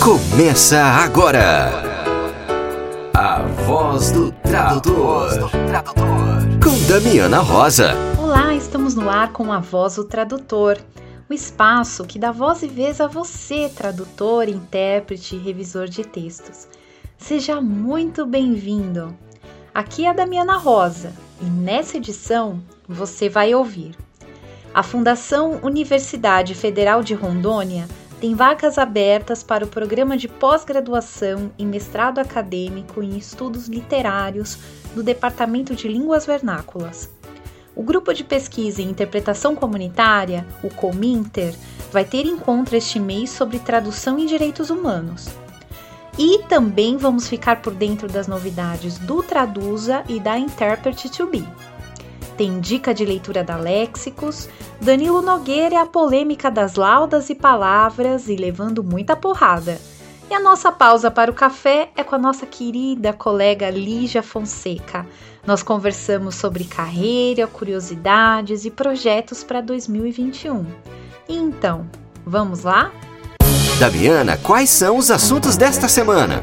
Começa agora A Voz do Tradutor, com Damiana Rosa. Olá, estamos no ar com A Voz do Tradutor, o espaço que dá voz e vez a você, tradutor, intérprete e revisor de textos. Seja muito bem-vindo! Aqui é a Damiana Rosa e nessa edição você vai ouvir: a Fundação Universidade Federal de Rondônia tem vagas abertas para o programa de pós-graduação e mestrado acadêmico em estudos literários do Departamento de Línguas Vernáculas. O grupo de pesquisa em interpretação comunitária, o COMINTER, vai ter encontro este mês sobre tradução em direitos humanos. E também vamos ficar por dentro das novidades do Traduza e da Interpret2B. Tem dica de leitura da Léxicos, Danilo Nogueira é a polêmica das laudas e palavras e levando muita porrada. E a nossa pausa para o café é com a nossa querida colega Lígia Fonseca. Nós conversamos sobre carreira, curiosidades e projetos para 2021. E então, vamos lá? Damiana, quais são os assuntos desta semana?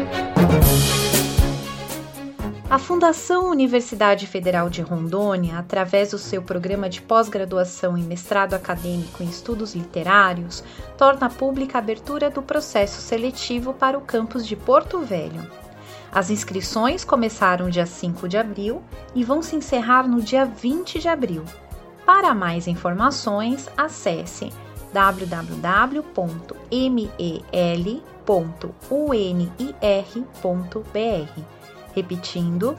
A Fundação Universidade Federal de Rondônia, através do seu programa de pós-graduação em mestrado acadêmico em estudos literários, torna pública a abertura do processo seletivo para o campus de Porto Velho. As inscrições começaram dia 5 de abril e vão se encerrar no dia 20 de abril. Para mais informações, acesse www.mel.unir.br. Repetindo,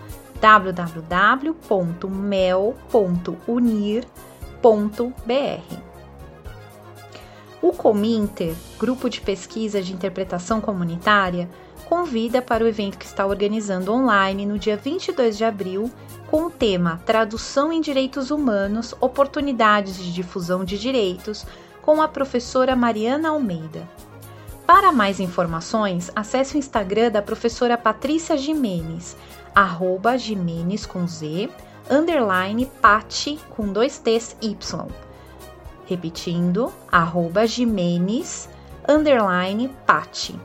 www.mel.unir.br. O COMINTER, Grupo de Pesquisa de Interpretação Comunitária, convida para o evento que está organizando online no dia 22 de abril, com o tema Tradução em Direitos Humanos, Oportunidades de Difusão de Direitos, com a professora Mariana Almeida. Para mais informações, acesse o Instagram da professora Patrícia Gimenez, @Gimenez com Z, _Pati com 2 T's Y. Repetindo, @Gimenez, _Pati.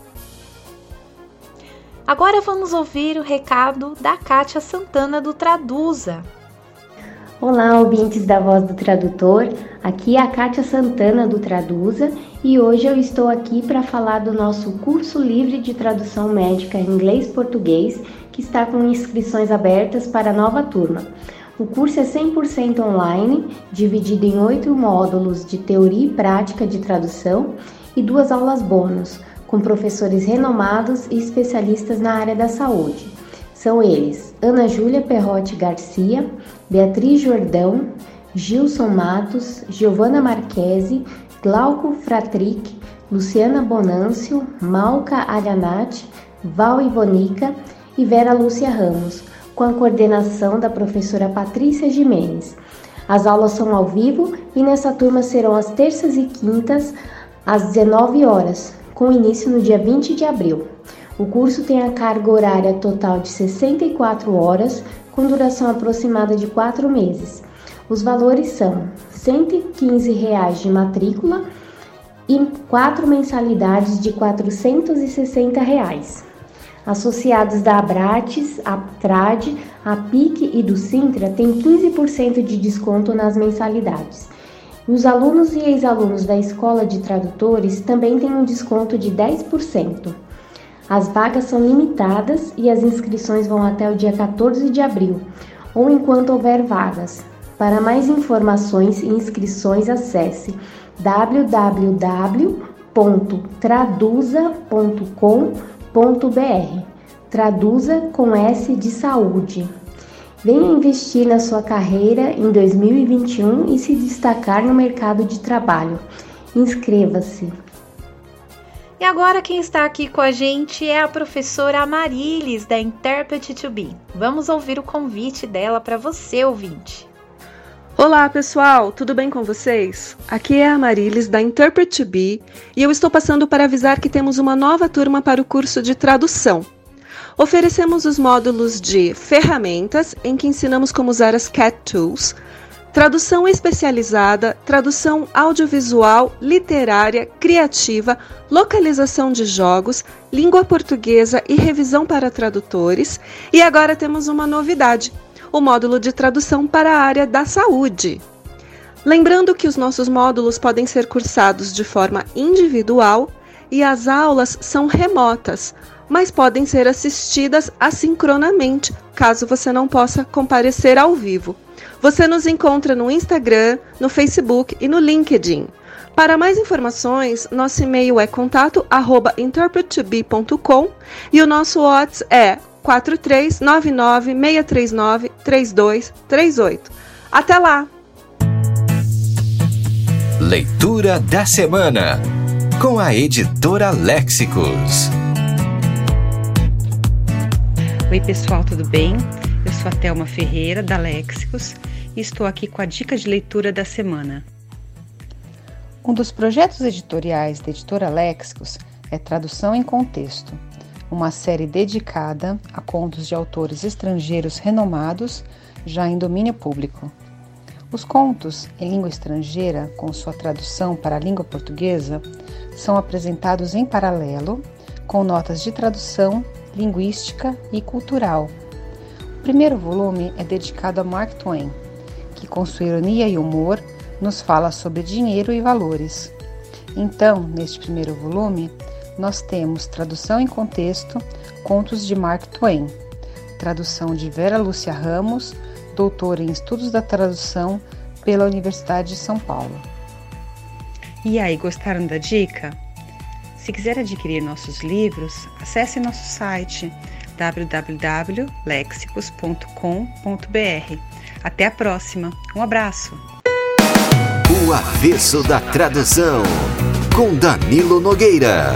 Agora vamos ouvir o recado da Kátia Santana do Traduza. Olá, ouvintes da Voz do Tradutor, aqui é a Kátia Santana do Traduza e hoje eu estou aqui para falar do nosso curso livre de tradução médica em inglês-português que está com inscrições abertas para a nova turma. O curso é 100% online, dividido em 8 módulos de teoria e prática de tradução e 2 aulas bônus, com professores renomados e especialistas na área da saúde. São eles: Ana Júlia Perrotti Garcia, Beatriz Jordão, Gilson Matos, Giovana Marquesi, Glauco Fratric, Luciana Bonâncio, Malca Alianati, Val Ivonica e Vera Lúcia Ramos, com a coordenação da professora Patrícia Gimenez. As aulas são ao vivo e nessa turma serão às terças e quintas, às 19 horas, com início no dia 20 de abril. O curso tem a carga horária total de 64 horas, com duração aproximada de 4 meses. Os valores são R$ 115 de matrícula e 4 mensalidades de R$ 460. Associados da Abrates, Aptrad, Apic e do Sintra têm 15% de desconto nas mensalidades. E os alunos e ex-alunos da Escola de Tradutores também têm um desconto de 10%. As vagas são limitadas e as inscrições vão até o dia 14 de abril, ou enquanto houver vagas. Para mais informações e inscrições, acesse www.traduza.com.br. Traduza com S de saúde. Venha investir na sua carreira em 2021 e se destacar no mercado de trabalho. Inscreva-se! E agora quem está aqui com a gente é a professora Amarilis, da Interpret2B. Vamos ouvir o convite dela para você, ouvinte. Olá pessoal, tudo bem com vocês? Aqui é a Amarilis, da Interpret2B, e eu estou passando para avisar que temos uma nova turma para o curso de tradução. Oferecemos os módulos de ferramentas, em que ensinamos como usar as CAT Tools, tradução especializada, tradução audiovisual, literária, criativa, localização de jogos, língua portuguesa e revisão para tradutores. E agora temos uma novidade, o módulo de tradução para a área da saúde. Lembrando que os nossos módulos podem ser cursados de forma individual e as aulas são remotas, mas podem ser assistidas assincronamente, caso você não possa comparecer ao vivo. Você nos encontra no Instagram, no Facebook e no LinkedIn. Para mais informações, nosso e-mail é contato@interpret2b.com e o nosso WhatsApp é 4399-639-3238. Até lá! Leitura da Semana, com a editora Léxicos. Oi pessoal, tudo bem? Eu sou a Thelma Ferreira, da Léxicos, e estou aqui com a dica de leitura da semana. Um dos projetos editoriais da editora Léxicos é Tradução em Contexto, uma série dedicada a contos de autores estrangeiros renomados, já em domínio público. Os contos em língua estrangeira, com sua tradução para a língua portuguesa, são apresentados em paralelo, com notas de tradução, linguística e cultural. O primeiro volume é dedicado a Mark Twain, que com sua ironia e humor nos fala sobre dinheiro e valores. Então, neste primeiro volume, nós temos Tradução em Contexto, contos de Mark Twain, tradução de Vera Lúcia Ramos, doutora em Estudos da Tradução pela Universidade de São Paulo. E aí, gostaram da dica? Se quiser adquirir nossos livros, acesse nosso site www.lexicos.com.br. Até a próxima. Um abraço! O Avesso da Tradução, com Danilo Nogueira.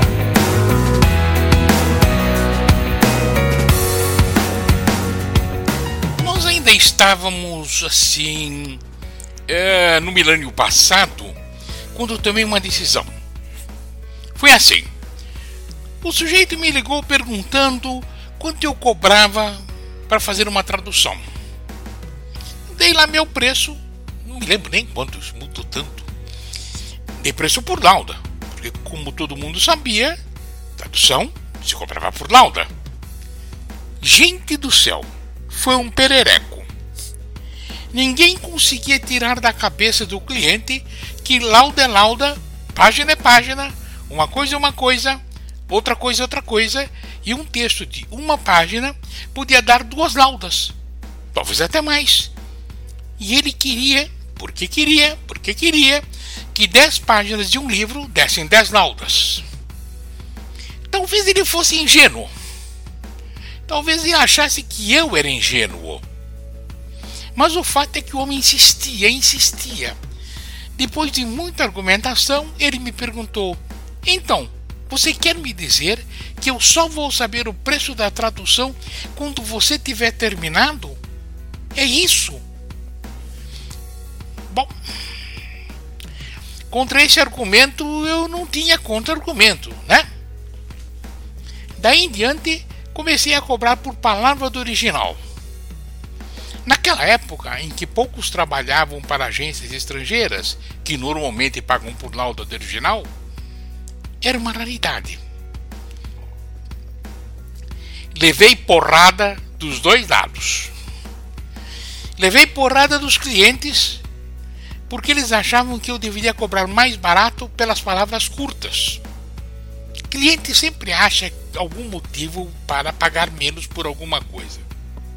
Nós ainda estávamos assim no milênio passado, quando tomei uma decisão. Foi assim: o sujeito me ligou perguntando quanto eu cobrava para fazer uma tradução. Dei lá meu preço, não me lembro nem quanto, mudou tanto. Dei preço por lauda, porque como todo mundo sabia, tradução se cobrava por lauda. Gente do céu, foi um perereco. Ninguém conseguia tirar da cabeça do cliente que lauda é lauda, página é página, uma coisa é uma coisa, outra coisa é outra coisa, e um texto de uma página podia dar 2 laudas, talvez até mais. E ele queria, porque queria, que 10 páginas de um livro dessem 10 laudas. Talvez ele fosse ingênuo. Talvez ele achasse que eu era ingênuo. Mas o fato é que o homem insistia. Depois de muita argumentação, ele me perguntou: então, você quer me dizer que eu só vou saber o preço da tradução quando você tiver terminado? É isso? Bom, contra esse argumento eu não tinha contra-argumento, né? Daí em diante, comecei a cobrar por palavra do original. Naquela época em que poucos trabalhavam para agências estrangeiras, que normalmente pagam por lauda do original, era uma raridade. Levei porrada dos dois lados. Levei porrada dos clientes, porque eles achavam que eu deveria cobrar mais barato pelas palavras curtas. Cliente sempre acha algum motivo para pagar menos por alguma coisa.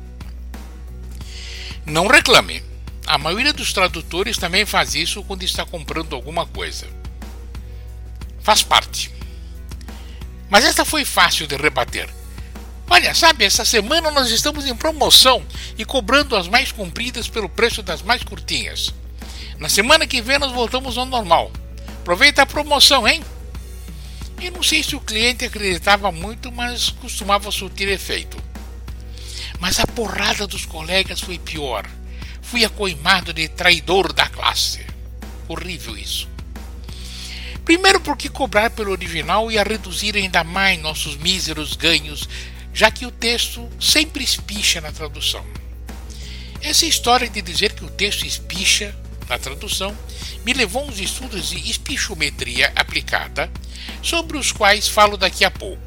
Não reclame. A maioria dos tradutores também faz isso quando está comprando alguma coisa. Faz parte. Mas essa foi fácil de rebater. Olha, sabe, essa semana nós estamos em promoção e cobrando as mais compridas pelo preço das mais curtinhas. Na semana que vem nós voltamos ao normal. Aproveita a promoção, hein? Eu não sei se o cliente acreditava muito, mas costumava surtir efeito. Mas a porrada dos colegas foi pior. Fui acoimado de traidor da classe. Horrível isso. Primeiro porque cobrar pelo original ia reduzir ainda mais nossos míseros ganhos, já que o texto sempre espicha na tradução. Essa história de dizer que o texto espicha, na tradução, me levou a uns estudos de espichometria aplicada, sobre os quais falo daqui a pouco.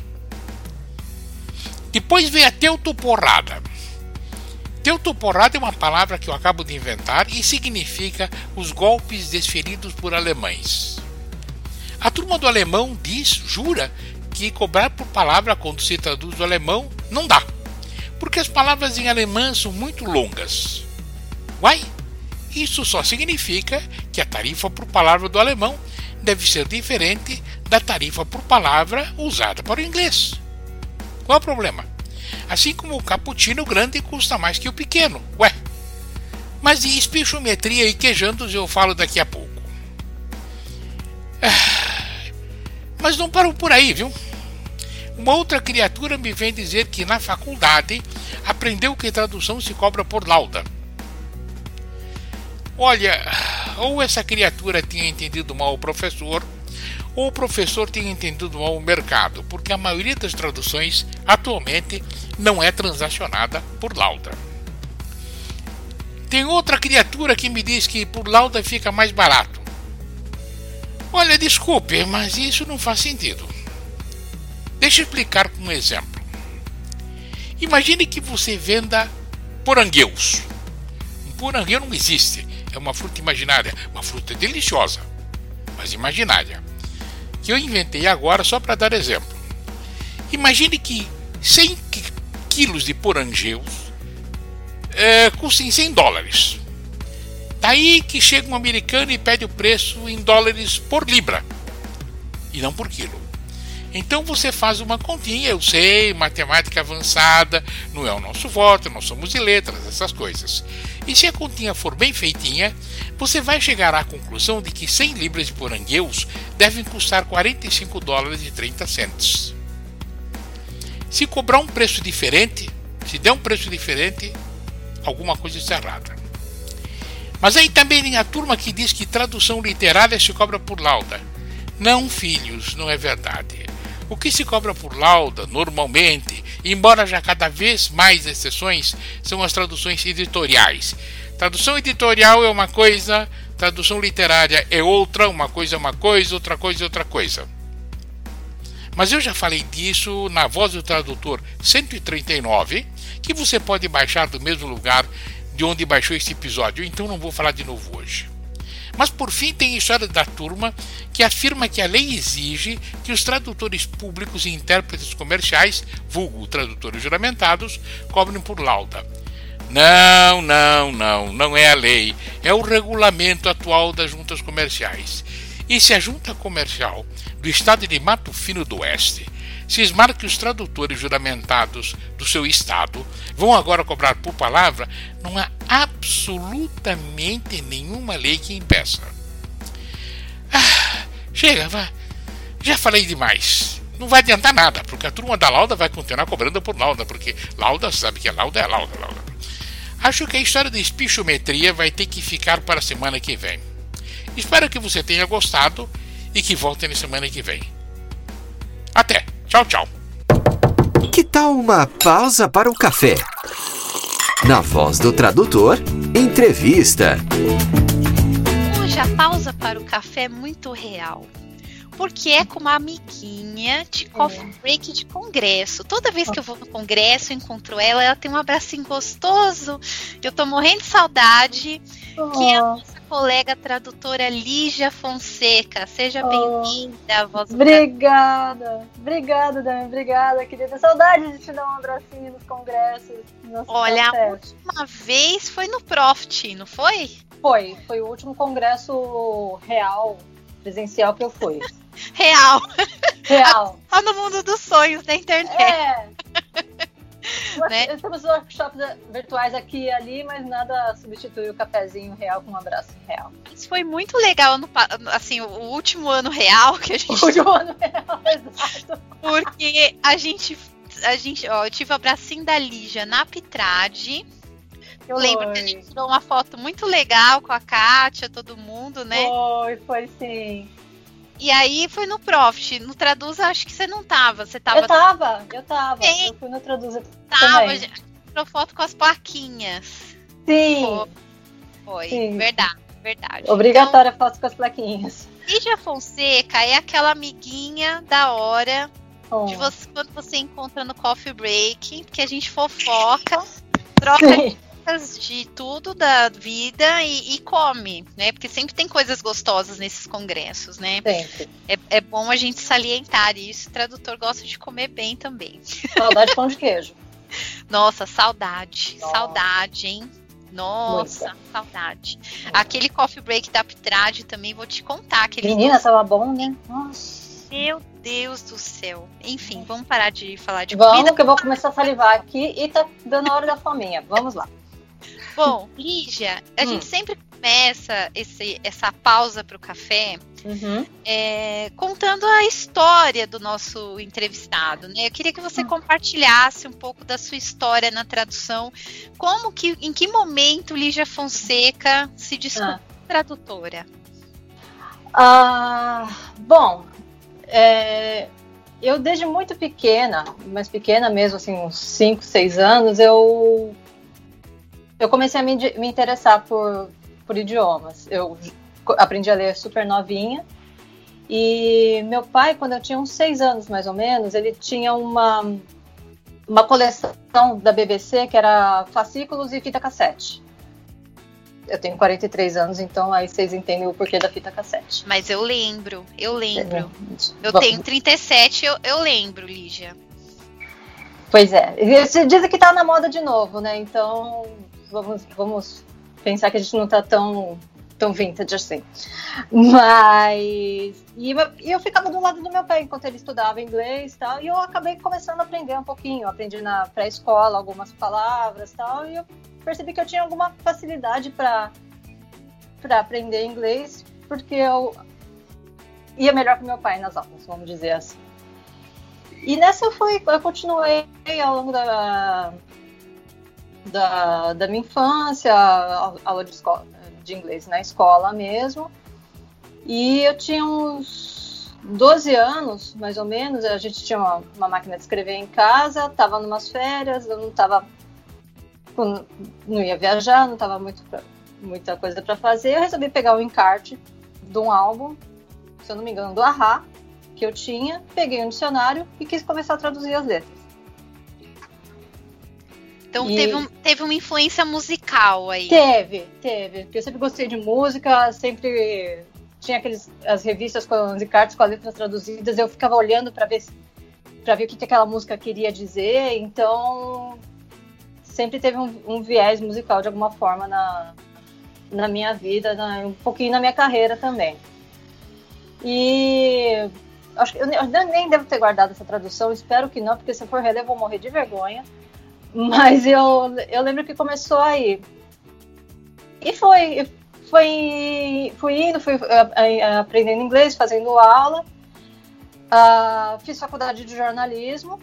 Depois veio a teutoporrada. Teutoporrada é uma palavra que eu acabo de inventar e significa os golpes desferidos por alemães. A turma do alemão jura que cobrar por palavra quando se traduz do alemão não dá, porque as palavras em alemão são muito longas. Uai, isso só significa que a tarifa por palavra do alemão deve ser diferente da tarifa por palavra usada para o inglês. Qual é o problema? Assim como o cappuccino grande custa mais que o pequeno. Ué, mas de espichometria e quejandos eu falo daqui a pouco. Mas não parou por aí, viu? Uma outra criatura me vem dizer que na faculdade aprendeu que tradução se cobra por lauda. Olha, ou essa criatura tinha entendido mal o professor, ou o professor tinha entendido mal o mercado, porque a maioria das traduções atualmente não é transacionada por lauda. Tem outra criatura que me diz que por lauda fica mais barato. Olha, desculpe, mas isso não faz sentido. Deixa eu explicar com um exemplo. Imagine que você venda porangueus. Um porangueu não existe, é uma fruta imaginária, uma fruta deliciosa, mas imaginária, que eu inventei agora só para dar exemplo. Imagine que 100 quilos de porangueus custem $100. Daí que chega um americano e pede o preço em dólares por libra, e não por quilo. Então você faz uma continha, eu sei, matemática avançada, não é o nosso voto, nós somos de letras, essas coisas. E se a continha for bem feitinha, você vai chegar à conclusão de que 100 libras de porangueus devem custar $45,30. Se cobrar um preço diferente, se der um preço diferente, alguma coisa está errada. Mas aí também tem a turma que diz que tradução literária se cobra por lauda. Não, filhos, não é verdade. O que se cobra por lauda, normalmente, embora já cada vez mais exceções, são as traduções editoriais. Tradução editorial é uma coisa, tradução literária é outra, uma coisa é uma coisa, outra coisa é outra coisa. Mas eu já falei disso na Voz do Tradutor 139, que você pode baixar do mesmo lugar de onde baixou este episódio, então não vou falar de novo hoje. Mas por fim tem a história da turma que afirma que a lei exige que os tradutores públicos e intérpretes comerciais, vulgo tradutores juramentados, cobrem por lauda. Não é a lei, é o regulamento atual das juntas comerciais. E se a junta comercial do estado de Mato Fino do Oeste cismar que os tradutores juramentados do seu estado vão agora cobrar por palavra, não há absolutamente nenhuma lei que impeça. Chega, vá. Já falei demais. Não vai adiantar nada, porque a turma da lauda vai continuar cobrando por lauda, porque lauda, sabe que é lauda, lauda. Acho que a história da espichometria vai ter que ficar para a semana que vem. Espero que você tenha gostado e que volte na semana que vem. Até! Tchau, tchau! Que tal uma pausa para o café? Na Voz do Tradutor, entrevista. Hoje a pausa para o café é muito real, porque é com uma amiguinha de coffee break de congresso. Toda vez que eu vou no congresso, eu encontro ela tem um abracinho gostoso. Eu tô morrendo de saudade, que é a nossa colega tradutora Lígia Fonseca. Seja bem-vinda à Voz do Obrigada, Dani, obrigada, querida. Saudade de te dar um abracinho nos congressos. Olha, a última vez foi no Profit, não foi? Foi o último congresso real, presencial que eu fui. Real. Só no mundo dos sonhos da internet. Né? Temos workshops virtuais aqui e ali, mas nada substitui o cafezinho real com um abraço real. Isso foi muito legal, assim, o último ano real que a gente... O último ano real, exato. Porque a gente, eu tive o abracinho da Lígia na Pitrade. Eu lembro que a gente tirou uma foto muito legal com a Kátia, todo mundo, né? Foi sim. E aí foi no Profit. No Traduza, acho que você não tava. Você tava? Eu tava. Eu fui no Traduza também. A gente tirou foto com as plaquinhas. Sim. Foi. Sim. Verdade. Obrigatória então, foto com as plaquinhas. Lígia Fonseca é aquela amiguinha da hora de você, quando você encontra no coffee break, que a gente fofoca, troca dicas de tudo da vida e come, né? Porque sempre tem coisas gostosas nesses congressos, né? Sempre. É bom a gente salientar isso. O tradutor gosta de comer bem também. Saudade de pão de queijo. Nossa, saudade, hein? Nossa, muita saudade. Aquele coffee break da Aptrad também, vou te contar. Menina, tava bom, né? Nossa. Meu Deus do céu. Enfim, vamos parar de falar de comida. Vamos que eu vou começar a salivar aqui e tá dando a hora da fominha. Vamos lá. Bom, Lígia, a gente sempre começa essa pausa para o café contando a história do nosso entrevistado, né? Eu queria que você compartilhasse um pouco da sua história na tradução, em que momento Lígia Fonseca se descobriu tradutora? Bom, eu desde muito pequena, mas pequena mesmo, assim, uns 5, 6 anos, eu comecei a me interessar por idiomas. Eu aprendi a ler super novinha. E meu pai, quando eu tinha uns 6 anos, mais ou menos, ele tinha uma coleção da BBC que era fascículos e fita cassete. Eu tenho 43 anos, então aí vocês entendem o porquê da fita cassete. Mas eu lembro. Eu tenho 37, eu lembro, Lígia. Pois é. Você diz que tá na moda de novo, né? Então... Vamos pensar que a gente não tá tão vintage assim. Mas... E eu ficava do lado do meu pai enquanto ele estudava inglês e tal. E eu acabei começando a aprender um pouquinho. Eu aprendi na pré-escola algumas palavras e tal. E eu percebi que eu tinha alguma facilidade para aprender inglês. Porque eu ia melhor que meu pai nas aulas, vamos dizer assim. E nessa eu continuei ao longo da minha infância, aula de inglês na escola mesmo. E eu tinha uns 12 anos, mais ou menos, a gente tinha uma máquina de escrever em casa, tava numas férias, eu não ia viajar, não tava muita coisa para fazer. Eu resolvi pegar o encarte de um álbum, se eu não me engano, do A-ha, que eu tinha, peguei um dicionário e quis começar a traduzir as letras. Então teve uma influência musical aí. Teve. Porque eu sempre gostei de música, sempre tinha as revistas com os encartes com as letras traduzidas, eu ficava olhando para ver o que aquela música queria dizer, então sempre teve um viés musical de alguma forma na minha vida, um pouquinho na minha carreira também. E acho que eu nem devo ter guardado essa tradução, espero que não, porque se for reler eu vou morrer de vergonha. Mas eu lembro que começou aí. E fui aprendendo inglês, fazendo aula. Fiz faculdade de jornalismo,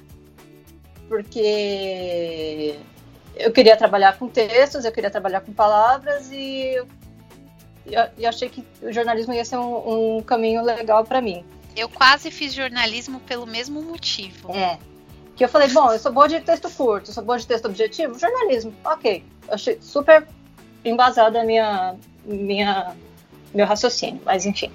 porque eu queria trabalhar com textos, eu queria trabalhar com palavras e achei que o jornalismo ia ser um caminho legal para mim. Eu quase fiz jornalismo pelo mesmo motivo. Que eu falei, bom, eu sou boa de texto curto, eu sou boa de texto objetivo, jornalismo, ok. Eu achei super embasada meu raciocínio, mas enfim.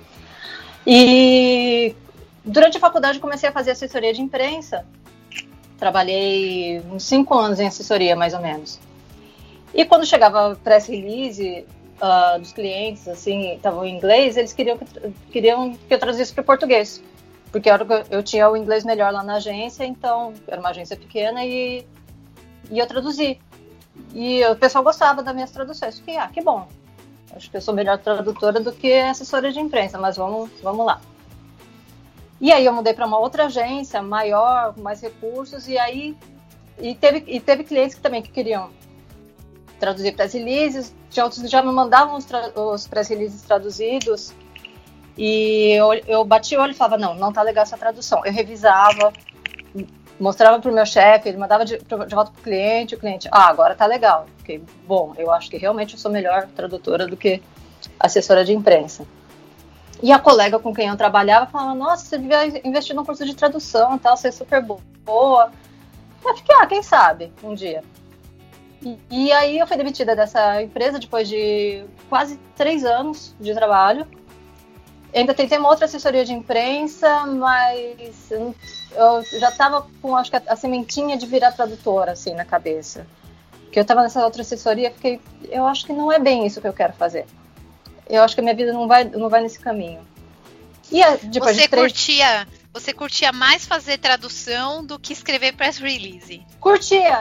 E durante a faculdade comecei a fazer assessoria de imprensa, trabalhei uns 5 anos em assessoria, mais ou menos. E quando chegava press release dos clientes, assim, estavam em inglês, eles queriam que eu traduzisse para o português. Porque eu tinha o inglês melhor lá na agência, então era uma agência pequena e eu traduzi. E o pessoal gostava das minhas traduções. Fiquei, que bom. Acho que eu sou melhor tradutora do que assessora de imprensa, mas vamos lá. E aí eu mudei para uma outra agência, maior, com mais recursos, teve clientes que queriam traduzir press releases, tinha outros que já me mandavam os press releases traduzidos. E eu bati o olho e falava, não tá legal essa tradução. Eu revisava, mostrava pro meu chefe, ele mandava de volta pro cliente, o cliente, agora tá legal. Fiquei, bom, eu acho que realmente eu sou melhor tradutora do que assessora de imprensa. E a colega com quem eu trabalhava falava, nossa, você devia investir num curso de tradução e tal, você é super boa. Eu fiquei, quem sabe, um dia. E aí eu fui demitida dessa empresa depois de quase 3 anos de trabalho. Ainda tentei uma outra assessoria de imprensa, mas eu já estava com, acho que a sementinha de virar tradutora, assim, na cabeça. Que eu estava nessa outra assessoria, eu acho que não é bem isso que eu quero fazer. Eu acho que a minha vida não vai nesse caminho. E depois Você curtia mais fazer tradução do que escrever press release? Curtia.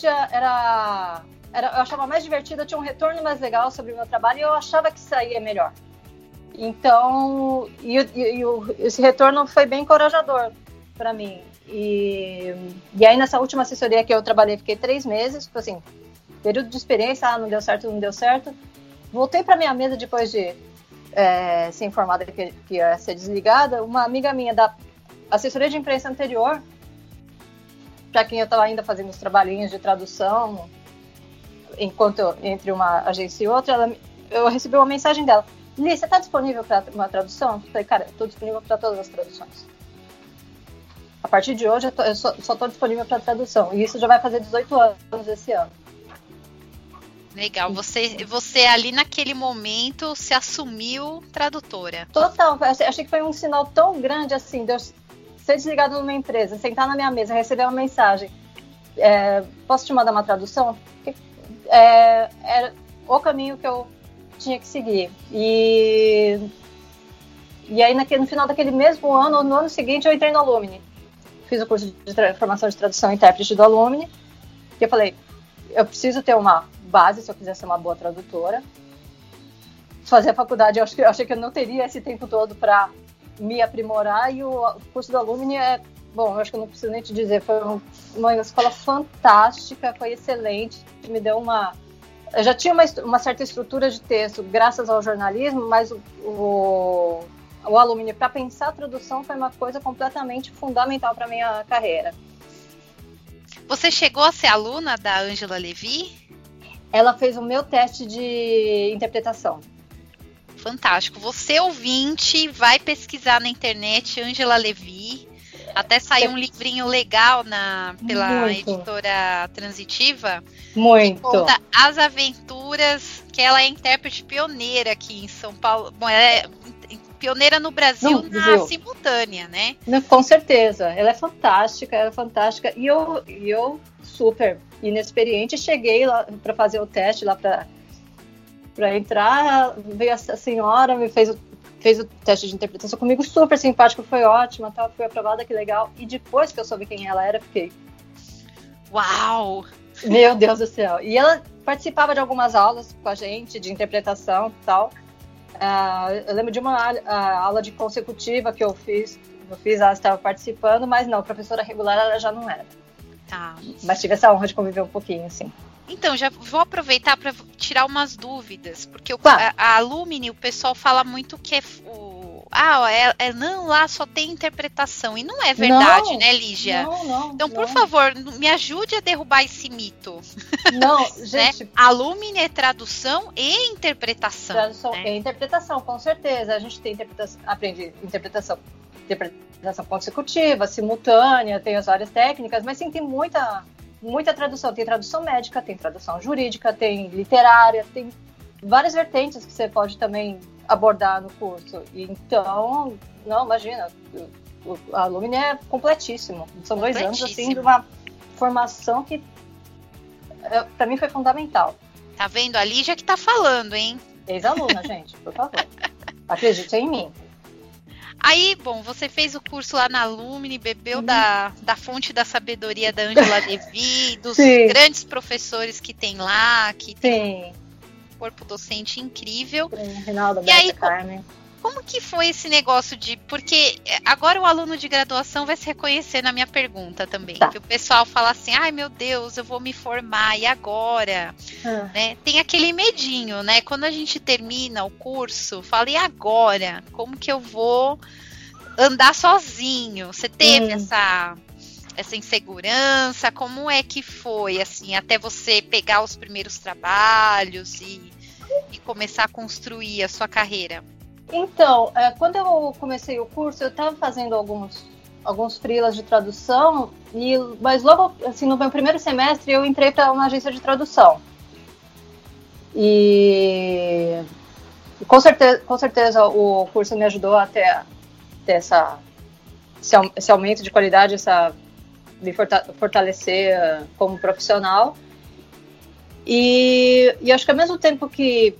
Eu achava mais divertido, eu tinha um retorno mais legal sobre o meu trabalho e eu achava que saía melhor. Então, esse retorno foi bem encorajador para mim. E aí, nessa última assessoria que eu trabalhei, fiquei 3 meses, tipo assim, período de experiência, não deu certo. Voltei para minha mesa depois de ser informada que ia ser desligada. Uma amiga minha da assessoria de imprensa anterior, para quem eu estava ainda fazendo os trabalhinhos de tradução, entre uma agência e outra, eu recebi uma mensagem dela. Li, você está disponível para uma tradução? Eu falei, cara, eu estou disponível para todas as traduções. A partir de hoje, eu só estou disponível para tradução. E isso já vai fazer 18 anos esse ano. Legal. Você ali naquele momento se assumiu tradutora. Total. Achei que foi um sinal tão grande assim, de eu ser desligado numa empresa, sentar na minha mesa, receber uma mensagem. Posso te mandar uma tradução? Era o caminho que eu tinha que seguir. E aí, no final daquele mesmo ano, no ano seguinte, eu entrei no Alumni. Fiz o curso de formação de tradução e intérprete do Alumni. E eu falei, eu preciso ter uma base se eu quiser ser uma boa tradutora. Fazer a faculdade, eu achei que eu não teria esse tempo todo para me aprimorar. E o curso do Alumni bom, eu acho que eu não preciso nem te dizer, foi uma escola fantástica, foi excelente. Me deu eu já tinha uma certa estrutura de texto graças ao jornalismo, mas o Alumni, para pensar a tradução, foi uma coisa completamente fundamental para a minha carreira. Você chegou a ser aluna da Ângela Levy? Ela fez o meu teste de interpretação. Fantástico. Você, ouvinte, vai pesquisar na internet Ângela Levy. Até saiu um livrinho legal pela editora Transitiva. Muito. Que conta as aventuras, que ela é intérprete pioneira aqui em São Paulo. Bom, ela é pioneira no Brasil na simultânea, né? Com certeza. Ela é fantástica. E eu super inexperiente, cheguei lá para fazer o teste, lá para entrar. Veio a senhora, me fez o teste de interpretação comigo, super simpático, foi ótima, fui aprovada, que legal. E depois que eu soube quem ela era, fiquei... Uau! Meu Deus do céu! E ela participava de algumas aulas com a gente, de interpretação e tal. Eu lembro de uma aula de consecutiva que eu fiz, ela estava participando, mas não, professora regular ela já não era. Tá. Mas tive essa honra de conviver um pouquinho, assim. Então, já vou aproveitar para tirar umas dúvidas, porque a Alumni, o pessoal fala muito que não, lá só tem interpretação, e não é verdade, né, Lígia? Não. Então, por favor, me ajude a derrubar esse mito. Não, gente... Né? Alumni é tradução e interpretação. Tradução né? e interpretação, com certeza. A gente tem aprende interpretação consecutiva, simultânea, tem as várias técnicas, mas sim, tem muita tradução. Tem tradução médica, tem tradução jurídica, tem literária, tem várias vertentes que você pode também abordar no curso. Então, não, imagina, o Alumni é completíssimo. São 2 anos, assim, de uma formação que, para mim, foi fundamental. Tá vendo? A Lígia que tá falando, hein? Ex-aluna, gente, por favor. Acredite em mim. Aí, bom, você fez o curso lá na Alumni, bebeu da fonte da sabedoria da Ângela Levy, dos grandes professores que tem lá, que tem um corpo docente incrível. Rinaldo, e aí, Carmen. Como que foi esse negócio de... Porque agora o aluno de graduação vai se reconhecer na minha pergunta também. Tá. Que o pessoal fala assim, ai meu Deus, eu vou me formar, e agora? Né? Tem aquele medinho, né? Quando a gente termina o curso, fala, e agora? Como que eu vou andar sozinho? Você teve essa insegurança? Como é que foi, assim, até você pegar os primeiros trabalhos e começar a construir a sua carreira? Então, quando eu comecei o curso, eu estava fazendo alguns alguns freelas de tradução, mas logo, assim, no meu primeiro semestre eu entrei para uma agência de tradução. E com certeza o curso me ajudou a ter esse aumento de qualidade, me fortalecer como profissional. E acho que ao mesmo tempo que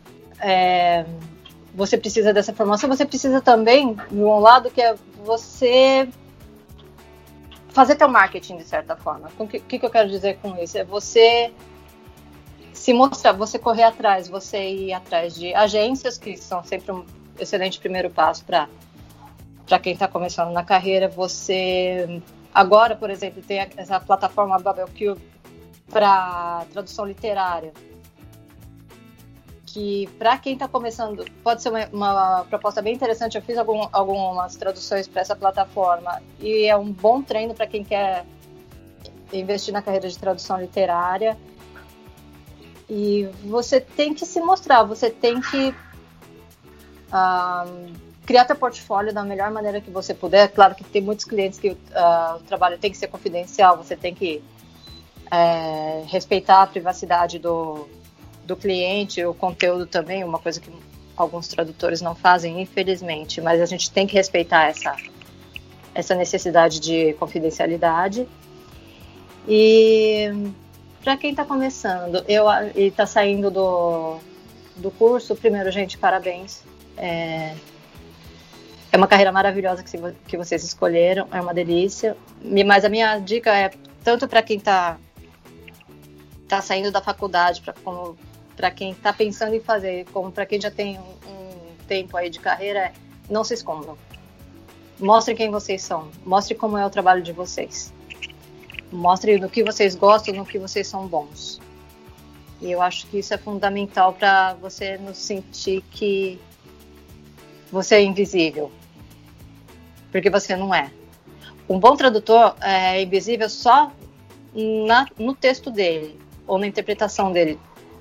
você precisa dessa formação, você precisa também, de um lado, que é você fazer teu marketing, de certa forma. O que eu quero dizer com isso? É você se mostrar, você correr atrás, você ir atrás de agências, que são sempre um excelente primeiro passo para quem está começando na carreira. Você, agora, por exemplo, tem essa plataforma BabelCube para tradução literária, que para quem está começando pode ser uma proposta bem interessante. Eu fiz algumas traduções para essa plataforma e é um bom treino para quem quer investir na carreira de tradução literária. E você tem que se mostrar, você tem que criar teu portfólio da melhor maneira que você puder. Claro que tem muitos clientes que o trabalho tem que ser confidencial, você tem que respeitar a privacidade do cliente, o conteúdo também, uma coisa que alguns tradutores não fazem, infelizmente, mas a gente tem que respeitar essa necessidade de confidencialidade. E para quem está começando e está saindo do curso, primeiro, gente, parabéns. É uma carreira maravilhosa que vocês escolheram, é uma delícia. Mas a minha dica é, tanto para quem está saindo da faculdade, como para quem está pensando em fazer, como para quem já tem um tempo aí de carreira, não se escondam. Mostrem quem vocês são, mostrem como é o trabalho de vocês. Mostrem no que vocês gostam, no que vocês são bons. E eu acho que isso é fundamental para você não sentir que você é invisível. Porque você não é. Um bom tradutor é invisível no texto dele, ou na interpretação dele.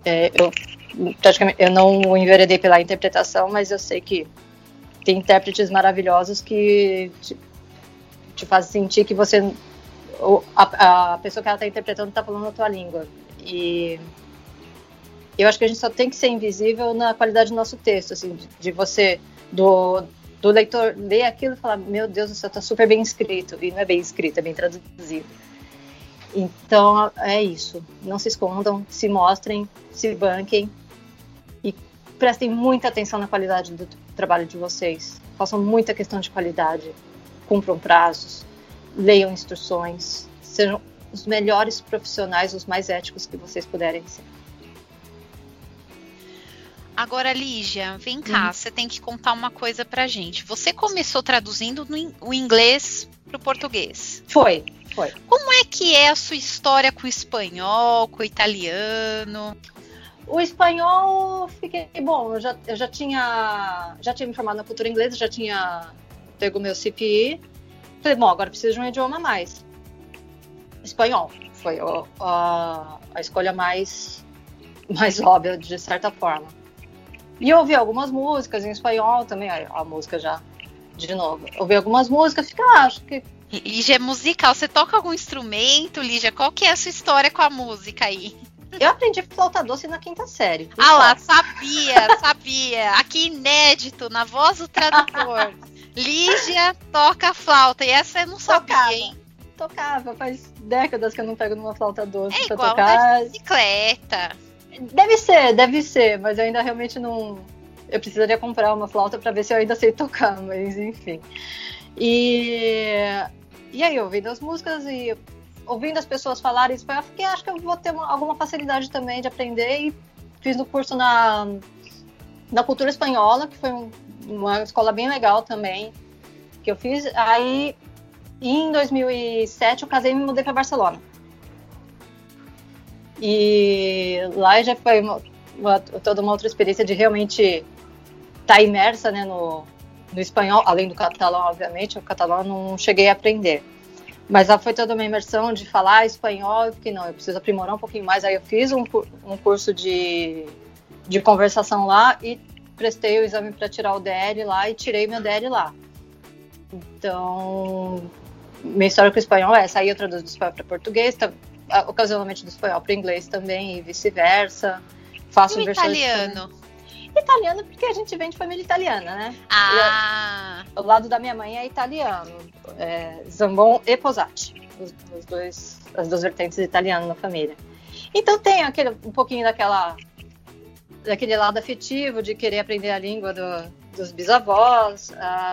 Eu não enveredei pela interpretação, mas eu sei que tem intérpretes maravilhosos que te fazem sentir que você... a pessoa que ela está interpretando está falando a tua língua. E eu acho que a gente só tem que ser invisível na qualidade do nosso texto, assim, de você, do leitor ler aquilo e falar, meu Deus do céu, está super bem escrito. E não é bem escrito, é bem traduzido. Então é isso, não se escondam, se mostrem, se banquem e prestem muita atenção na qualidade do trabalho de vocês. Façam muita questão de qualidade, cumpram prazos, leiam instruções, sejam os melhores profissionais, os mais éticos que vocês puderem ser. Agora, Lígia, vem cá, você tem que contar uma coisa pra gente. Você começou traduzindo o inglês pro português. Foi. Como é que é a sua história com o espanhol, com o italiano? O espanhol, bom, eu já tinha me formado na cultura inglesa, já tinha pego meu CPI. Falei, bom, agora preciso de um idioma a mais. Espanhol foi a escolha mais óbvia, de certa forma. E eu ouvi algumas músicas em espanhol também, a música já, de novo. Ouvi algumas músicas, acho que... Lígia, é musical, você toca algum instrumento, Lígia? Qual que é a sua história com a música aí? Eu aprendi flauta doce na 5ª série. Lá, sabia. Aqui inédito, na voz do tradutor. Lígia toca flauta, e essa eu não sabia, hein? Tocava, faz décadas que eu não pego numa flauta doce pra igual tocar. Da bicicleta. Deve ser, mas eu ainda realmente não... Eu precisaria comprar uma flauta pra ver se eu ainda sei tocar, mas enfim. E aí, ouvindo as músicas e ouvindo as pessoas falarem espanhol, acho que eu vou ter alguma facilidade também de aprender, e fiz no curso na Cultura Espanhola, que foi uma escola bem legal também, que eu fiz. Aí, em 2007, eu casei e me mudei para Barcelona. E lá já foi toda uma outra experiência de realmente estar imersa, né, no espanhol, além do catalão, obviamente. O catalão eu não cheguei a aprender. Mas lá foi toda uma imersão de falar espanhol, porque não, eu preciso aprimorar um pouquinho mais. Aí eu fiz um curso de conversação lá e prestei o exame para tirar o DL lá e tirei meu DL lá. Então, minha história com o espanhol é essa. Aí eu traduzo do espanhol para português, ocasionalmente do espanhol para inglês também, e vice-versa. Faço e versões italiano? Italiano porque a gente vem de família italiana, né? O lado da minha mãe é italiano. Zambon e Posati. As duas vertentes italianas na família. Então tem um pouquinho daquele lado afetivo de querer aprender a língua dos bisavós.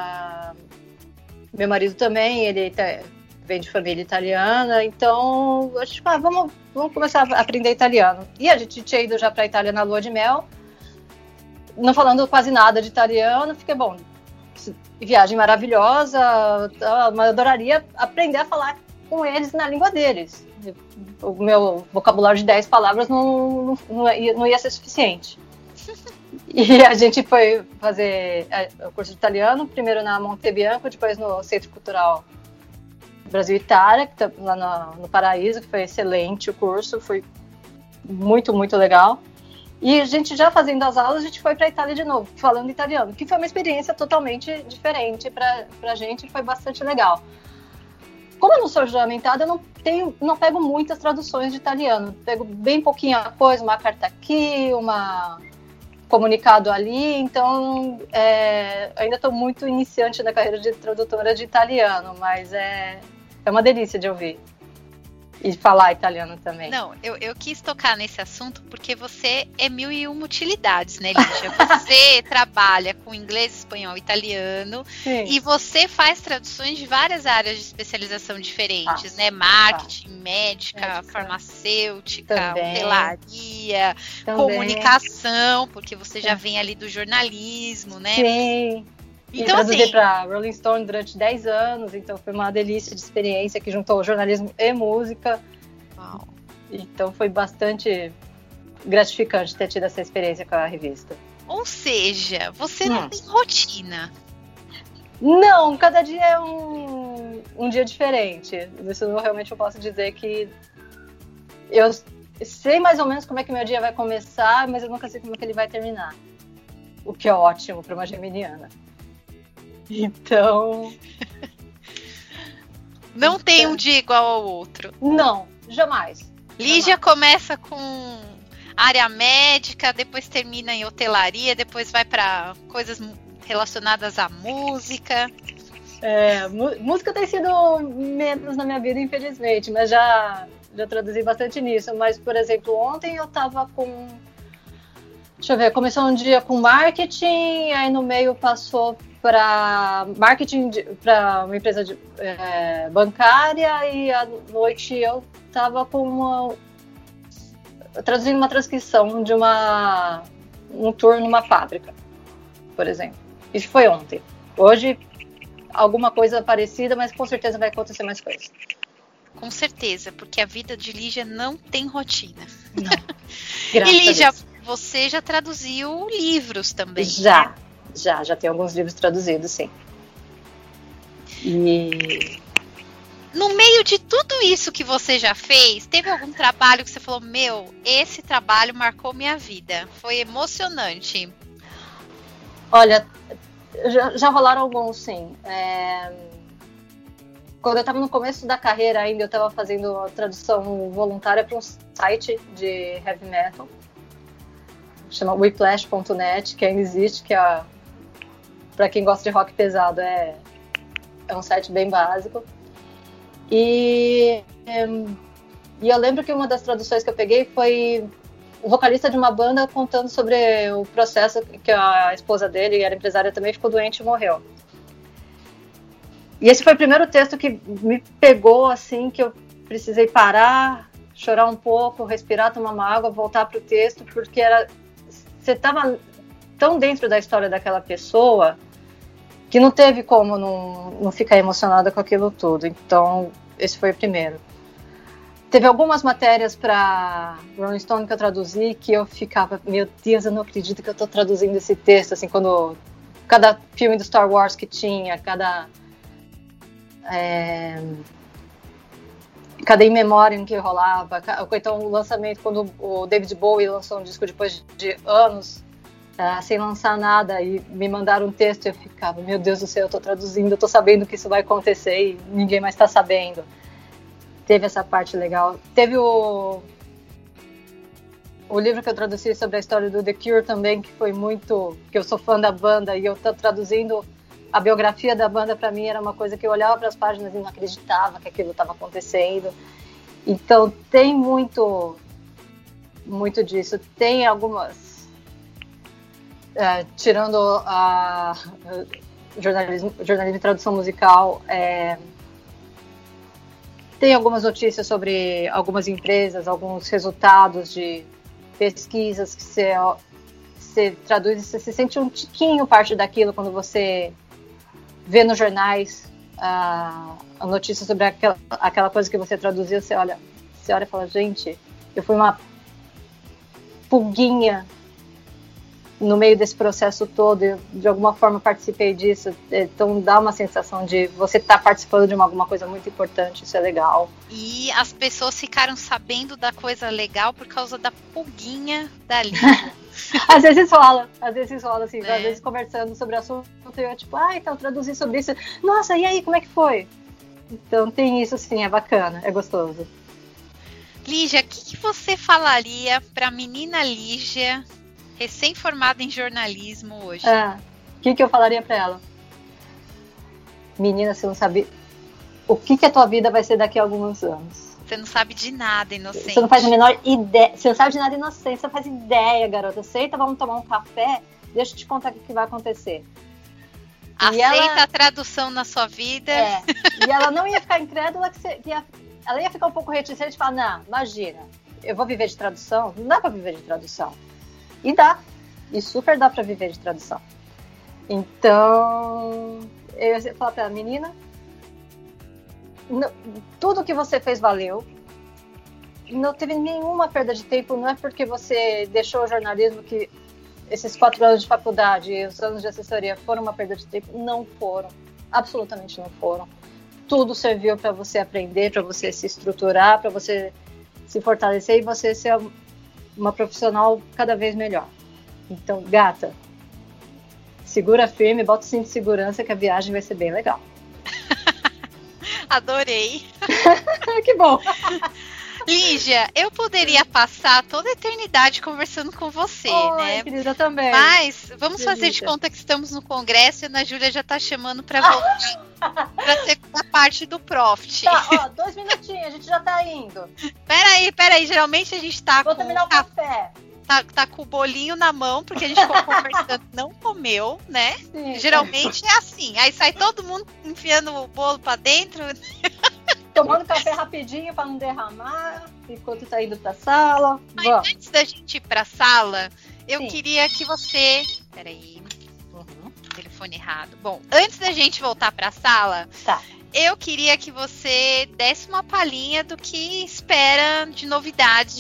Meu marido também, ele vem de família italiana, então a gente vamos começar a aprender italiano. E a gente tinha ido já para a Itália na lua de mel, não falando quase nada de italiano, fiquei bom. Viagem maravilhosa, mas eu adoraria aprender a falar com eles na língua deles. O meu vocabulário de 10 palavras não ia ser suficiente. E a gente foi fazer o curso de italiano, primeiro na Monte Bianco, depois no Centro Cultural Brasil Itália, que tá lá no Paraíso, que foi excelente o curso, foi muito, muito legal. E a gente já fazendo as aulas, a gente foi para a Itália de novo, falando italiano, que foi uma experiência totalmente diferente para a gente, foi bastante legal. Como eu não sou juramentada, eu não pego muitas traduções de italiano, pego bem pouquinha coisa, uma carta aqui, comunicado ali, então ainda estou muito iniciante na carreira de tradutora de italiano, mas é uma delícia de ouvir. E falar italiano também. Não, eu quis tocar nesse assunto porque você é 1001 utilidades, né, Lígia? Você trabalha com inglês, espanhol, italiano. Sim. E você faz traduções de várias áreas de especialização diferentes, né? Marketing, médica, farmacêutica, hotelaria, comunicação, porque você já vem ali do jornalismo, né? Sim. Então, traduzi para Rolling Stone durante 10 anos, então foi uma delícia de experiência que juntou jornalismo e música. Uau. Então foi bastante gratificante ter tido essa experiência com a revista. Ou seja, você não tem rotina. Não, cada dia é um dia diferente. Isso realmente eu posso dizer que eu sei mais ou menos como é que meu dia vai começar, mas eu nunca sei como é que ele vai terminar. O que é ótimo para uma geminiana. Então... Não tem um dia igual ao outro. Não, jamais. Lígia começa com área médica, depois termina em hotelaria, depois vai para coisas relacionadas à música. Música tem sido menos na minha vida, infelizmente, mas já traduzi bastante nisso. Mas, por exemplo, ontem eu estava com... Deixa eu ver, começou um dia com marketing, aí no meio passou para marketing para uma empresa bancária, e à noite eu estava traduzindo uma transcrição de um tour numa fábrica, por exemplo. Isso foi ontem. Hoje, alguma coisa parecida, mas com certeza vai acontecer mais coisas. Com certeza, porque a vida de Lígia não tem rotina. Não. E Lígia, você já traduziu livros também? Já. Né? Já tem alguns livros traduzidos, sim. E... No meio de tudo isso que você já fez, teve algum trabalho que você falou, esse trabalho marcou minha vida, foi emocionante? Olha, já rolaram alguns, sim. Quando eu estava no começo da carreira ainda, eu estava fazendo a tradução voluntária para um site de heavy metal, chama whiplash.net, que ainda existe, que para quem gosta de rock pesado é um site bem básico. E eu lembro que uma das traduções que eu peguei foi o vocalista de uma banda contando sobre o processo que a esposa dele, que era empresária também, ficou doente e morreu. E esse foi o primeiro texto que me pegou, assim, que eu precisei parar, chorar um pouco, respirar, tomar uma água, voltar para o texto, porque você estava tão dentro da história daquela pessoa que não teve como não ficar emocionada com aquilo tudo. Então, esse foi o primeiro. Teve algumas matérias para Rolling Stone que eu traduzi que eu ficava, meu Deus, eu não acredito que eu estou traduzindo esse texto, assim, quando cada filme do Star Wars que tinha, cada in memoriam que rolava, ou então o lançamento, quando o David Bowie lançou um disco depois de anos, sem lançar nada, e me mandaram um texto e eu ficava, meu Deus do céu, eu tô traduzindo, eu tô sabendo que isso vai acontecer e ninguém mais tá sabendo. Teve essa parte legal. Teve o livro que eu traduzi sobre a história do The Cure também, que foi muito... que eu sou fã da banda e eu tô traduzindo a biografia da banda. Para mim era uma coisa que eu olhava para as páginas e não acreditava que aquilo estava acontecendo. Então tem muito disso. Tem algumas... tirando a jornalismo e tradução musical, tem algumas notícias sobre algumas empresas, alguns resultados de pesquisas que você traduz e você se sente um tiquinho parte daquilo quando você vê nos jornais a notícia sobre aquela coisa que você traduziu. Você olha e fala, gente, eu fui uma pulguinha no meio desse processo todo, eu de alguma forma participei disso. Então dá uma sensação de você estar participando de alguma coisa muito importante, isso é legal. E as pessoas ficaram sabendo da coisa legal por causa da pulguinha da Lígia. Às vezes rola assim, às vezes conversando sobre o assunto, eu tipo, então traduzi sobre isso, nossa, e aí, como é que foi? Então tem isso sim, é bacana, é gostoso. Lígia, o que você falaria pra menina Lígia, recém-formada em jornalismo hoje? O que eu falaria pra ela? Menina, você não sabe o que a tua vida vai ser daqui a alguns anos. Você não sabe de nada, inocente. Você não faz a menor ideia. Você não sabe de nada, inocente. Você não faz ideia, garota. Senta, vamos tomar um café. Deixa eu te contar o que vai acontecer. Aceita a tradução na sua vida. E ela não ia ficar incrédula, ela ia ficar um pouco reticente e falar, não, imagina, eu vou viver de tradução? Não dá pra viver de tradução. E dá. E super dá pra viver de tradução. Então, eu ia falar pra ela, menina, tudo que você fez valeu. Não teve nenhuma perda de tempo. Não é porque você deixou o jornalismo que esses 4 anos de faculdade e os anos de assessoria foram uma perda de tempo. Não foram. Absolutamente não foram. Tudo serviu para você aprender, para você se estruturar, para você se fortalecer e você ser uma profissional cada vez melhor. Então, gata, segura firme, bota o cinto de segurança que a viagem vai ser bem legal. Adorei. Que bom. Lígia, eu poderia passar toda a eternidade conversando com você, né? Querida, também. Mas vamos fazer de conta que estamos no congresso e a Ana Júlia já tá chamando para voltar para a segunda parte do Profit. Tá, 2 minutinhos, a gente já tá indo. Peraí, geralmente a gente tá Vou terminar o café. Tá com o bolinho na mão, porque a gente ficou conversando, não comeu, né? Sim. Geralmente é assim, aí sai todo mundo enfiando o bolo pra dentro. Tomando café rapidinho pra não derramar, enquanto tá indo pra sala. Mas antes da gente ir pra sala, eu queria que você... Peraí, telefone errado. Bom, antes da gente voltar pra sala... Tá. Eu queria que você desse uma palhinha do que espera de novidades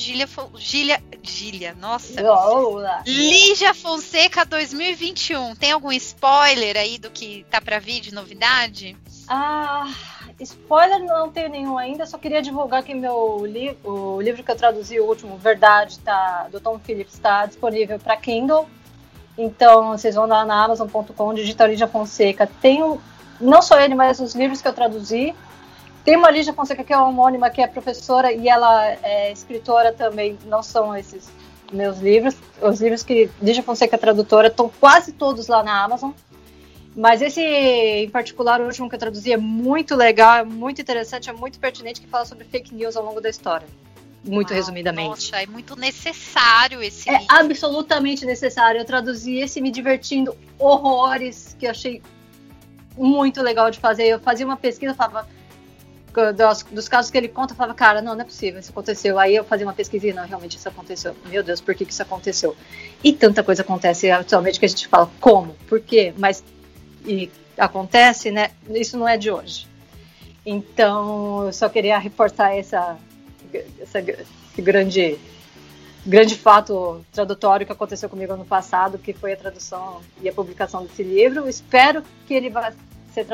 Lígia Fonseca 2021. Tem algum spoiler aí do que tá pra vir de novidade? Spoiler não tenho nenhum ainda, só queria divulgar que o livro que eu traduzi, o último, Verdade, do Tom Phillips, está disponível para Kindle. Então, vocês vão lá na Amazon.com, digital Lígia Fonseca. Tem não só ele, mas os livros que eu traduzi. Tem uma Lígia Fonseca que é homônima, que é professora, e ela é escritora também. Não são esses meus livros. Os livros que Lígia Fonseca é tradutora estão quase todos lá na Amazon. Mas esse, em particular, o último que eu traduzi é muito legal, é muito interessante, é muito pertinente, que fala sobre fake news ao longo da história. Muito resumidamente. Nossa, é muito necessário esse livro. É absolutamente necessário. Eu traduzi esse me divertindo horrores, que eu achei muito legal de fazer. Eu fazia uma pesquisa, falava dos casos que ele conta, eu falava, cara, não é possível, isso aconteceu. Aí eu fazia uma pesquisa e não, realmente isso aconteceu. Meu Deus, por que isso aconteceu? E tanta coisa acontece atualmente que a gente fala, como? Por quê? Mas acontece, né? Isso não é de hoje. Então, eu só queria reforçar esse grande fato tradutório que aconteceu comigo ano passado, que foi a tradução e a publicação desse livro. Espero que ele vá ser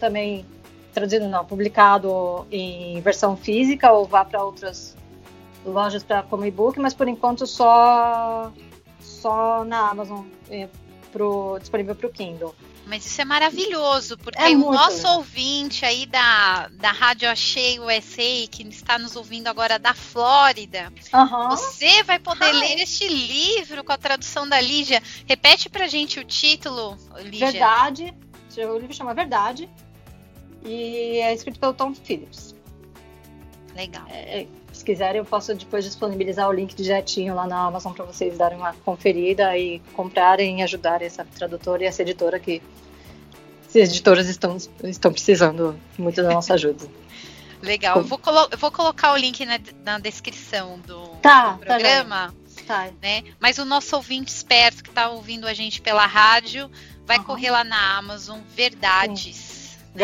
publicado em versão física ou vá para outras lojas como e-book, mas por enquanto só só na Amazon, disponível para o Kindle. Mas isso é maravilhoso, porque É o muito nosso legal. ouvinte aí da Rádio Achei USA, que está nos ouvindo agora da Flórida, você vai poder ler este livro com a tradução da Lígia. Repete pra gente o título, Lígia. Verdade. O livro chama Verdade. E é escrito pelo Tom Phillips. Legal. Se quiserem, eu posso depois disponibilizar o link direitinho lá na Amazon para vocês darem uma conferida e comprarem e ajudarem essa tradutora e essa editora que esses editoras estão precisando muito da nossa ajuda. Legal. Eu vou colocar o link na descrição do programa. Tá. Né? Mas o nosso ouvinte esperto que está ouvindo a gente pela rádio vai correr lá na Amazon. Verdades. Né?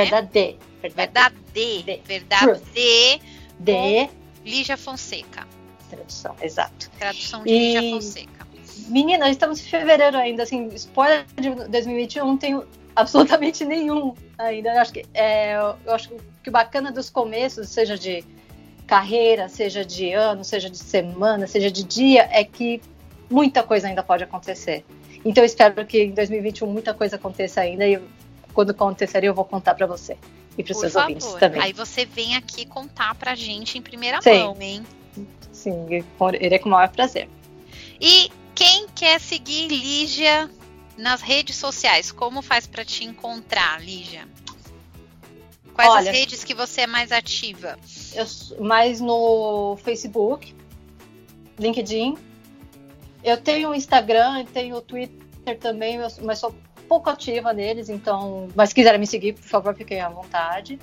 Verdade. Lígia Fonseca. Tradução, exato. Tradução de Lígia Fonseca. Menina, estamos em fevereiro ainda, assim, spoiler de 2021 não tenho absolutamente nenhum ainda. Eu acho que o bacana dos começos, seja de carreira, seja de ano, seja de semana, seja de dia, é que muita coisa ainda pode acontecer. Então eu espero que em 2021 muita coisa aconteça ainda e quando acontecer eu vou contar para você. E para os seus ouvintes também. Aí você vem aqui contar pra gente em primeira Sim. mão, hein? Sim, irei com o maior prazer. E quem quer seguir Lígia nas redes sociais, como faz pra te encontrar, Lígia? Quais as redes que você é mais ativa? Eu mais no Facebook, LinkedIn. Eu tenho o Instagram, tenho o Twitter também, mas sou pouco ativa neles, então, mas se quiserem me seguir, por favor, fiquem à vontade.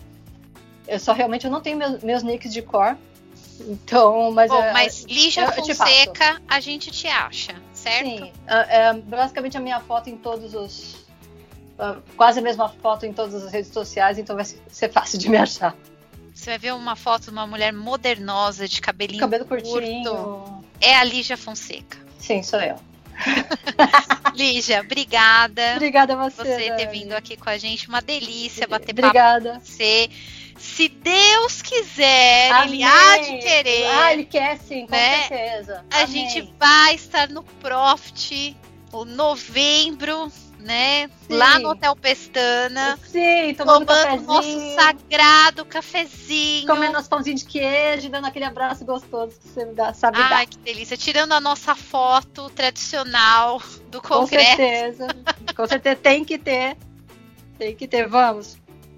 Eu não tenho meus nicks de cor, então, mas Lígia Fonseca, a gente te acha, certo? Sim, basicamente a minha foto em todos quase a mesma foto em todas as redes sociais, então vai ser fácil de me achar. Você vai ver uma foto de uma mulher modernosa, de cabelo curtinho. Curto. É a Lígia Fonseca. Sim, sou eu. Lígia, obrigada. Obrigada a você ter vindo aqui com a gente. Uma delícia bater papo com você. Se Deus quiser, Amém. Ele há de querer. Ele quer sim, com certeza. A gente vai estar no Profit, em novembro, né? Sim. Lá no Hotel Pestana. Sim, tomando o nosso sagrado cafezinho. Comendo nosso pãozinho de queijo, dando aquele abraço gostoso que você sabe dar. Ai, que delícia. Tirando a nossa foto tradicional do congresso. Com certeza. Tem que ter. Vamos.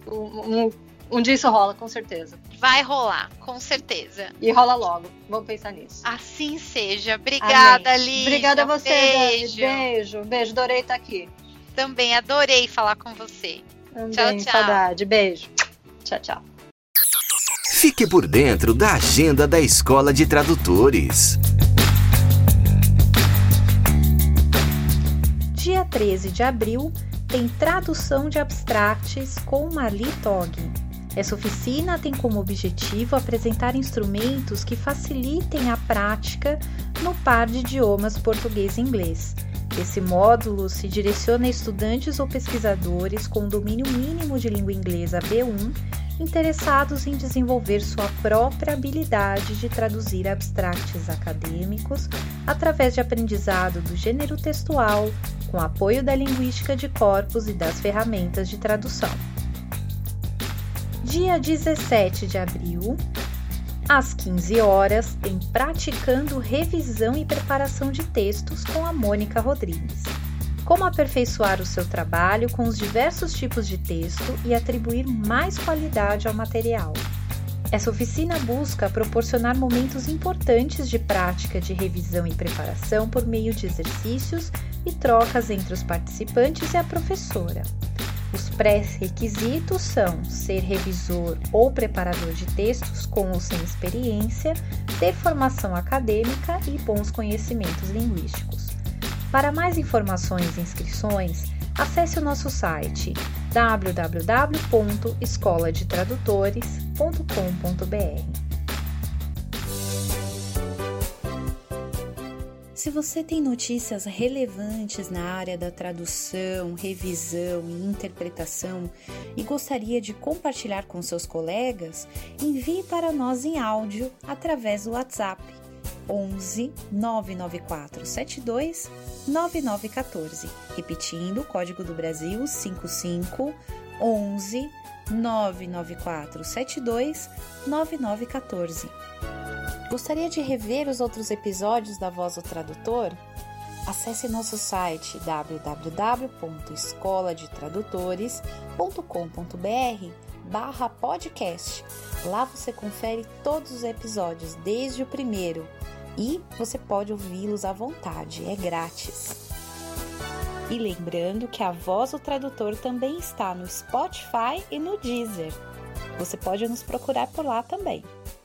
Um dia isso rola, com certeza. Vai rolar, com certeza. E rola logo. Vamos pensar nisso. Assim seja. Obrigada, Lígia. Obrigada a você, Beijo. Beijo. Adorei estar aqui. Também adorei falar com você. Também, tchau. Saudade. Beijo. Tchau. Fique por dentro da agenda da Escola de Tradutores. Dia 13 de abril tem tradução de abstracts com Marli Toggi. Essa oficina tem como objetivo apresentar instrumentos que facilitem a prática no par de idiomas português e inglês. Esse módulo se direciona a estudantes ou pesquisadores com domínio mínimo de língua inglesa B1, interessados em desenvolver sua própria habilidade de traduzir abstracts acadêmicos através de aprendizado do gênero textual, com apoio da linguística de corpos e das ferramentas de tradução. Dia 17 de abril, às 15 horas, tem Praticando Revisão e Preparação de Textos com a Mônica Rodrigues. Como aperfeiçoar o seu trabalho com os diversos tipos de texto e atribuir mais qualidade ao material. Essa oficina busca proporcionar momentos importantes de prática de revisão e preparação por meio de exercícios e trocas entre os participantes e a professora. Os pré-requisitos são ser revisor ou preparador de textos com ou sem experiência, ter formação acadêmica e bons conhecimentos linguísticos. Para mais informações e inscrições, acesse o nosso site www.escoladetradutores.com.br. Se você tem notícias relevantes na área da tradução, revisão e interpretação e gostaria de compartilhar com seus colegas, envie para nós em áudio através do WhatsApp 11 994 72 9914. Repetindo, código do Brasil 55 11 994 72 9914. Gostaria de rever os outros episódios da Voz do Tradutor? Acesse nosso site www.escoladetradutores.com.br/podcast. Lá você confere todos os episódios desde o primeiro e você pode ouvi-los à vontade, é grátis. E lembrando que a Voz do Tradutor também está no Spotify e no Deezer. Você pode nos procurar por lá também.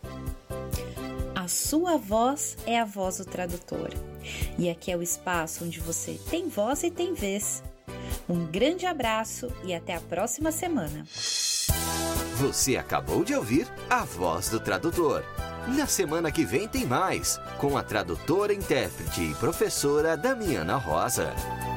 A sua voz é a voz do tradutor. E aqui é o espaço onde você tem voz e tem vez. Um grande abraço e até a próxima semana. Você acabou de ouvir A Voz do Tradutor. Na semana que vem tem mais, com a tradutora, intérprete e professora Damiana Rosa.